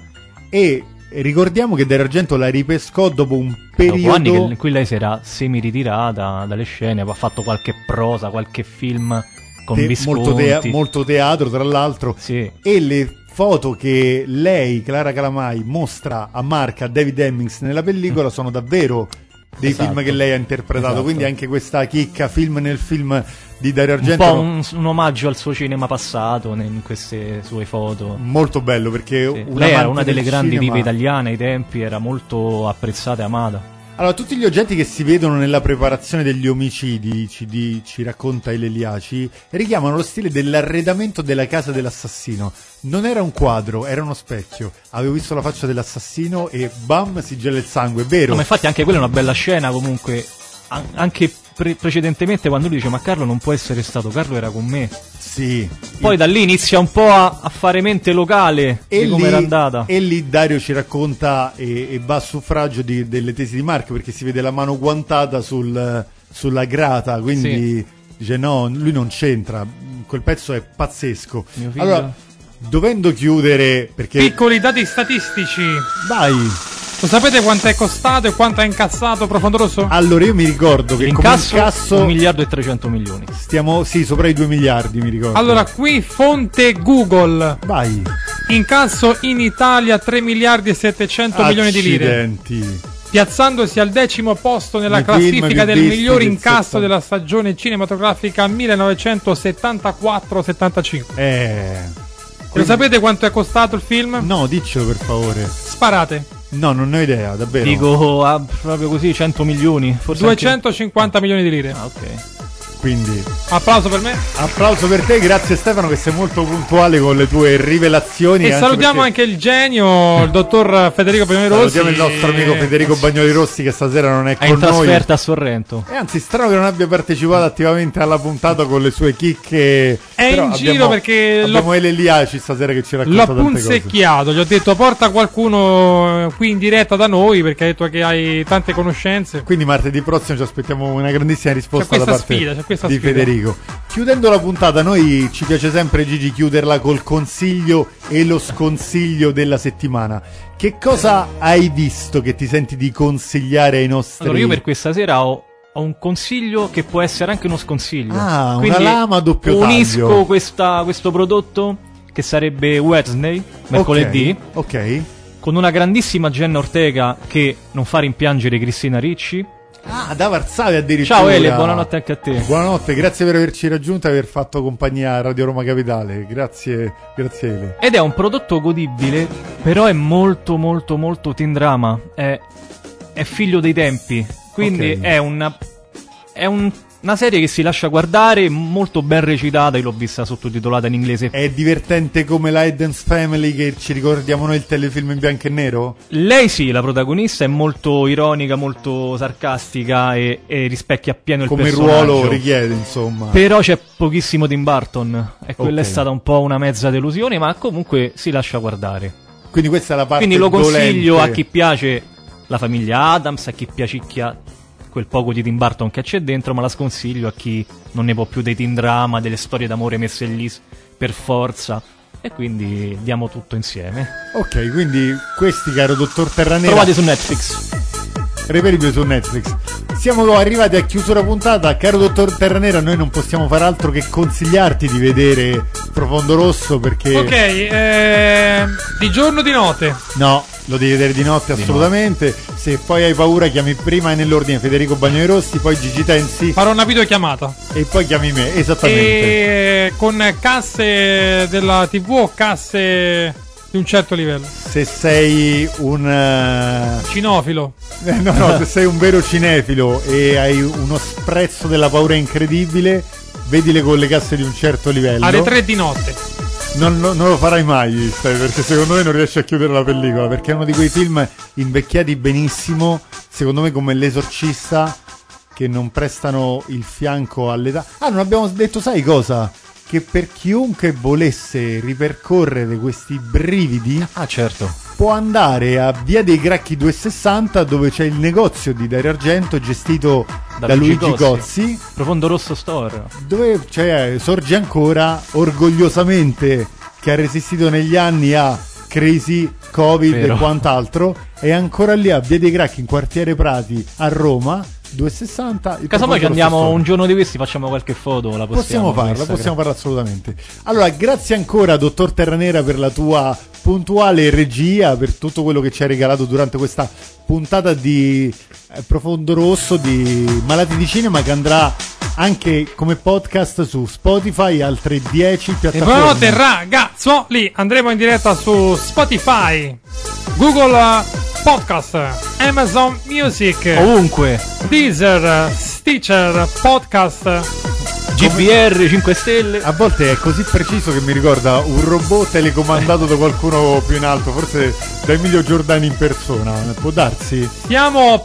e ricordiamo che Dario Argento la ripescò dopo un periodo... Dopo anni in cui lei si era semi-ritirata dalle scene, aveva fatto qualche prosa, qualche film con Visconti. Molto teatro, tra l'altro. Sì. E le foto che lei, Clara Calamai, mostra a Mark, a David Hemmings nella pellicola sono davvero dei film che lei ha interpretato, quindi anche questa chicca film nel film di Dario Argento, un po' un omaggio al suo cinema passato in queste sue foto. Molto bello, perché lei era una delle grandi dive italiane ai tempi, era molto apprezzata e amata. Allora, tutti gli oggetti che si vedono nella preparazione degli omicidi, ci racconta Ileliaci, richiamano lo stile dell'arredamento della casa dell'assassino. Non era un quadro, era uno specchio. Avevo visto la faccia dell'assassino e bam, si gela il sangue, vero? No, ma infatti anche quella è una bella scena comunque. Anche precedentemente, quando lui dice: ma Carlo non può essere stato, Carlo era con me. Sì. Poi da lì inizia un po' a fare mente locale di come era andata. E lì Dario ci racconta e va a suffragio delle tesi di Mark, perché si vede la mano guantata sulla grata, quindi dice no, lui non c'entra. Quel pezzo è pazzesco. Allora, dovendo chiudere, perché... Piccoli dati statistici. Vai. Lo sapete quanto è costato e quanto ha incassato Profondo Rosso? Allora, io mi ricordo che l'incasso, come incasso 1 miliardo e 300 milioni. Stiamo, sopra i 2 miliardi, mi ricordo. Allora, qui fonte Google. Vai. Incasso in Italia 3 miliardi e 700 milioni di lire. Accidenti. Piazzandosi al 10° posto nella I film classifica più del visti miglior del incasso 70. della stagione cinematografica 1974-75. Lo sapete quanto è costato il film? No, diccelo per favore. Sparate. No, non ne ho idea, davvero. Dico proprio così, 100 milioni. Forse 250 milioni di lire. Ah, ok. Quindi applauso per me. Applauso per te, grazie Stefano che sei molto puntuale con le tue rivelazioni. E salutiamo anche il genio, il dottor Federico Bagnoli Rossi. Salutiamo il nostro amico Federico Bagnoli Rossi che stasera non è con in noi. trasferta a Sorrento. E anzi, strano che non abbia partecipato attivamente alla puntata con le sue chicche. È Però in giro perché abbiamo Eliaci stasera che ci racconta l'ho tante cose. punzecchiato, gli ho detto porta qualcuno qui in diretta da noi perché ha detto che hai tante conoscenze. Quindi martedì prossimo ci aspettiamo una grandissima risposta da parte di sfida. Federico. Chiudendo la puntata, noi ci piace sempre, Gigi, chiuderla col consiglio e lo sconsiglio della settimana. Che cosa hai visto che ti senti di consigliare ai nostri? Allora, io per questa sera ho un consiglio che può essere anche uno sconsiglio. Ah, quindi una lama a doppio taglio. unisco questo prodotto che sarebbe Wednesday, mercoledì. Ok. Con una grandissima Jenna Ortega che non fa rimpiangere Cristina Ricci. Ah, da Varsavia addirittura. Ciao Ele, buonanotte anche a te. Buonanotte, grazie per averci raggiunto e aver fatto compagnia a Radio Roma Capitale. Grazie Ele. Ed è un prodotto godibile, però è molto molto molto teen drama. È figlio dei tempi. Quindi Ok. è una serie che si lascia guardare, molto ben recitata. Io l'ho vista sottotitolata in inglese. È divertente come la Addams Family che ci ricordiamo noi, il telefilm in bianco e nero? Lei sì, la protagonista, è molto ironica, molto sarcastica e rispecchia appieno il Come il personaggio. ruolo richiede, insomma. Però c'è pochissimo Tim Burton e quella Ok. è stata un po' una mezza delusione, ma comunque si lascia guardare. Quindi questa è la parte Quindi lo consiglio dolente. a chi piace la famiglia Addams, a chi piacicchia quel poco di Tim Burton che c'è dentro, ma la sconsiglio a chi non ne può più dei teen drama, delle storie d'amore messe lì per forza. E quindi diamo tutto insieme. Ok, quindi questi, caro dottor Terranera, Trovate su Netflix. reperibile su Netflix. Siamo arrivati a chiusura puntata. Caro dottor Terranera, noi non possiamo far altro che consigliarti di vedere Profondo Rosso perché... Ok, di giorno o di notte? No, lo devi vedere di notte assolutamente. Se poi hai paura chiami prima e nell'ordine Federico Bagnoli Rossi, poi Gigi Tensi. Farò una videochiamata. E poi chiami me, esattamente. E con casse della TV o casse di un certo livello? Se sei un... cinofilo. No, se sei un vero cinefilo e hai uno sprezzo della paura incredibile, vedile con le casse di un certo livello. Alle 3 di notte. Non lo farai mai, perché secondo me non riesci a chiudere la pellicola, perché è uno di quei film invecchiati benissimo, secondo me come L'Esorcista, che non prestano il fianco all'età. Ah, non abbiamo detto, sai cosa? Che per chiunque volesse ripercorrere questi brividi, certo, può andare a Via dei Gracchi 260, dove c'è il negozio di Dario Argento gestito da Luigi Gozzi, Profondo Rosso Store, dove sorge ancora orgogliosamente, che ha resistito negli anni a crisi, Covid Vero. e quant'altro, è ancora lì a Via dei Gracchi in quartiere Prati a Roma 260. casomai ci andiamo un giorno di questi, facciamo qualche foto, la Possiamo farla assolutamente. Allora, grazie ancora dottor Terranera per la tua puntuale regia, per tutto quello che ci hai regalato durante questa puntata di Profondo Rosso, di Malati di Cinema, che andrà anche come podcast su Spotify e altre 10 E piattaforme. buonanotte ragazzoli, andremo in diretta su Spotify, Google Podcast, Amazon Music, ovunque, Deezer, Stitcher, Podcast, GBR 5 stelle. A volte è così preciso che mi ricorda un robot telecomandato da qualcuno più in alto, forse da Emilio Giordani in persona, può darsi? Siamo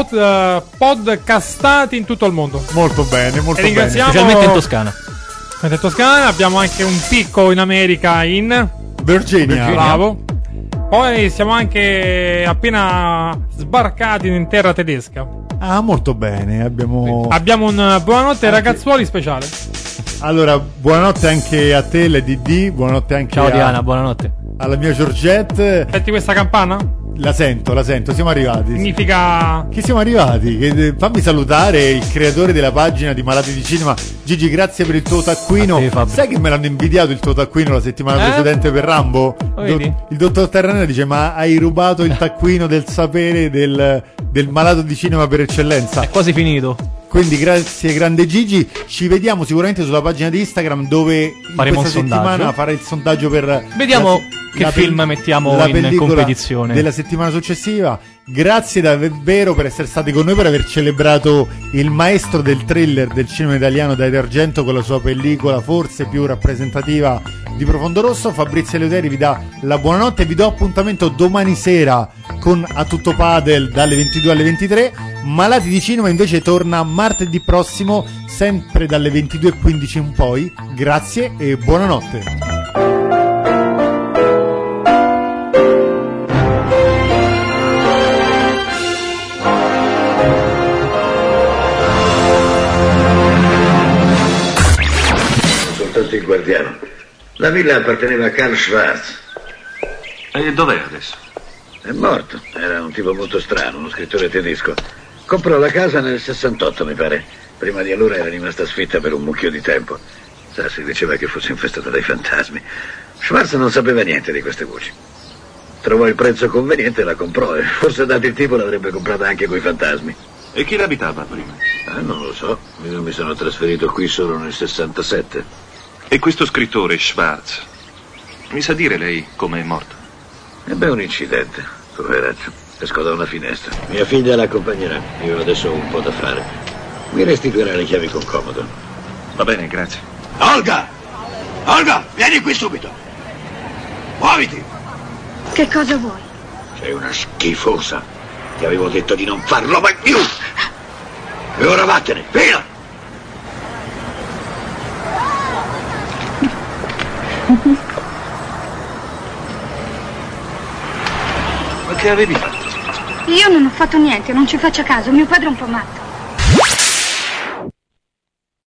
podcastati in tutto il mondo. Molto bene, molto E ringraziamo- bene. Specialmente in Toscana. In Toscana abbiamo anche un picco in America, in Virginia. Bravo. Poi siamo anche appena sbarcati in terra tedesca. Ah, molto bene, abbiamo un buonanotte ragazzuoli speciale. Allora, buonanotte anche a te, LDD, buonanotte anche Ciao Diana, buonanotte. alla mia Giorgette. Senti questa campana? La sento, siamo arrivati. Significa che siamo arrivati. Fammi salutare il creatore della pagina di Malati di Cinema, Gigi, grazie per il tuo taccuino. Sai che me l'hanno invidiato il tuo taccuino la settimana precedente per Rambo? Il dottor Terranera dice: ma hai rubato il taccuino del sapere del malato di cinema per eccellenza. È quasi finito. Quindi grazie grande Gigi, ci vediamo sicuramente sulla pagina di Instagram dove faremo questa settimana farà il sondaggio per vediamo che film mettiamo in competizione della settimana successiva. Grazie davvero per essere stati con noi, per aver celebrato il maestro del thriller del cinema italiano, Dario Argento, con la sua pellicola forse più rappresentativa di Profondo Rosso. Fabrizio Eleuteri vi dà la buonanotte e vi do appuntamento domani sera con A Tutto Padel dalle 22 alle 23. Malati di Cinema invece torna martedì prossimo, sempre dalle 22:15 in poi. Grazie e buonanotte. Soltanto il guardiano. La villa apparteneva a Karl Schwarz. E dov'è adesso? È morto. Era un tipo molto strano, uno scrittore tedesco. Comprò la casa nel 68, mi pare. Prima di allora era rimasta sfitta per un mucchio di tempo. Sa, si diceva che fosse infestata dai fantasmi. Schwarz non sapeva niente di queste voci. Trovò il prezzo conveniente e la comprò, e forse dato il tipo l'avrebbe comprata anche coi fantasmi. E chi l'abitava prima? Non lo so. Io mi sono trasferito qui solo nel 67. E questo scrittore, Schwarz, mi sa dire lei come è morto? Ebbe un incidente, poveraccio. Esco da una finestra. Mia figlia l'accompagnerà. Io adesso ho un po' da fare. Mi restituirà le chiavi con comodo. Va bene, grazie. Olga! Olga, vieni qui subito! Muoviti! Che cosa vuoi? Sei una schifosa. Ti avevo detto di non farlo mai più! E ora vattene, via! Ma che avevi fatto? Io non ho fatto niente, non ci faccia caso, mio padre è un po' matto.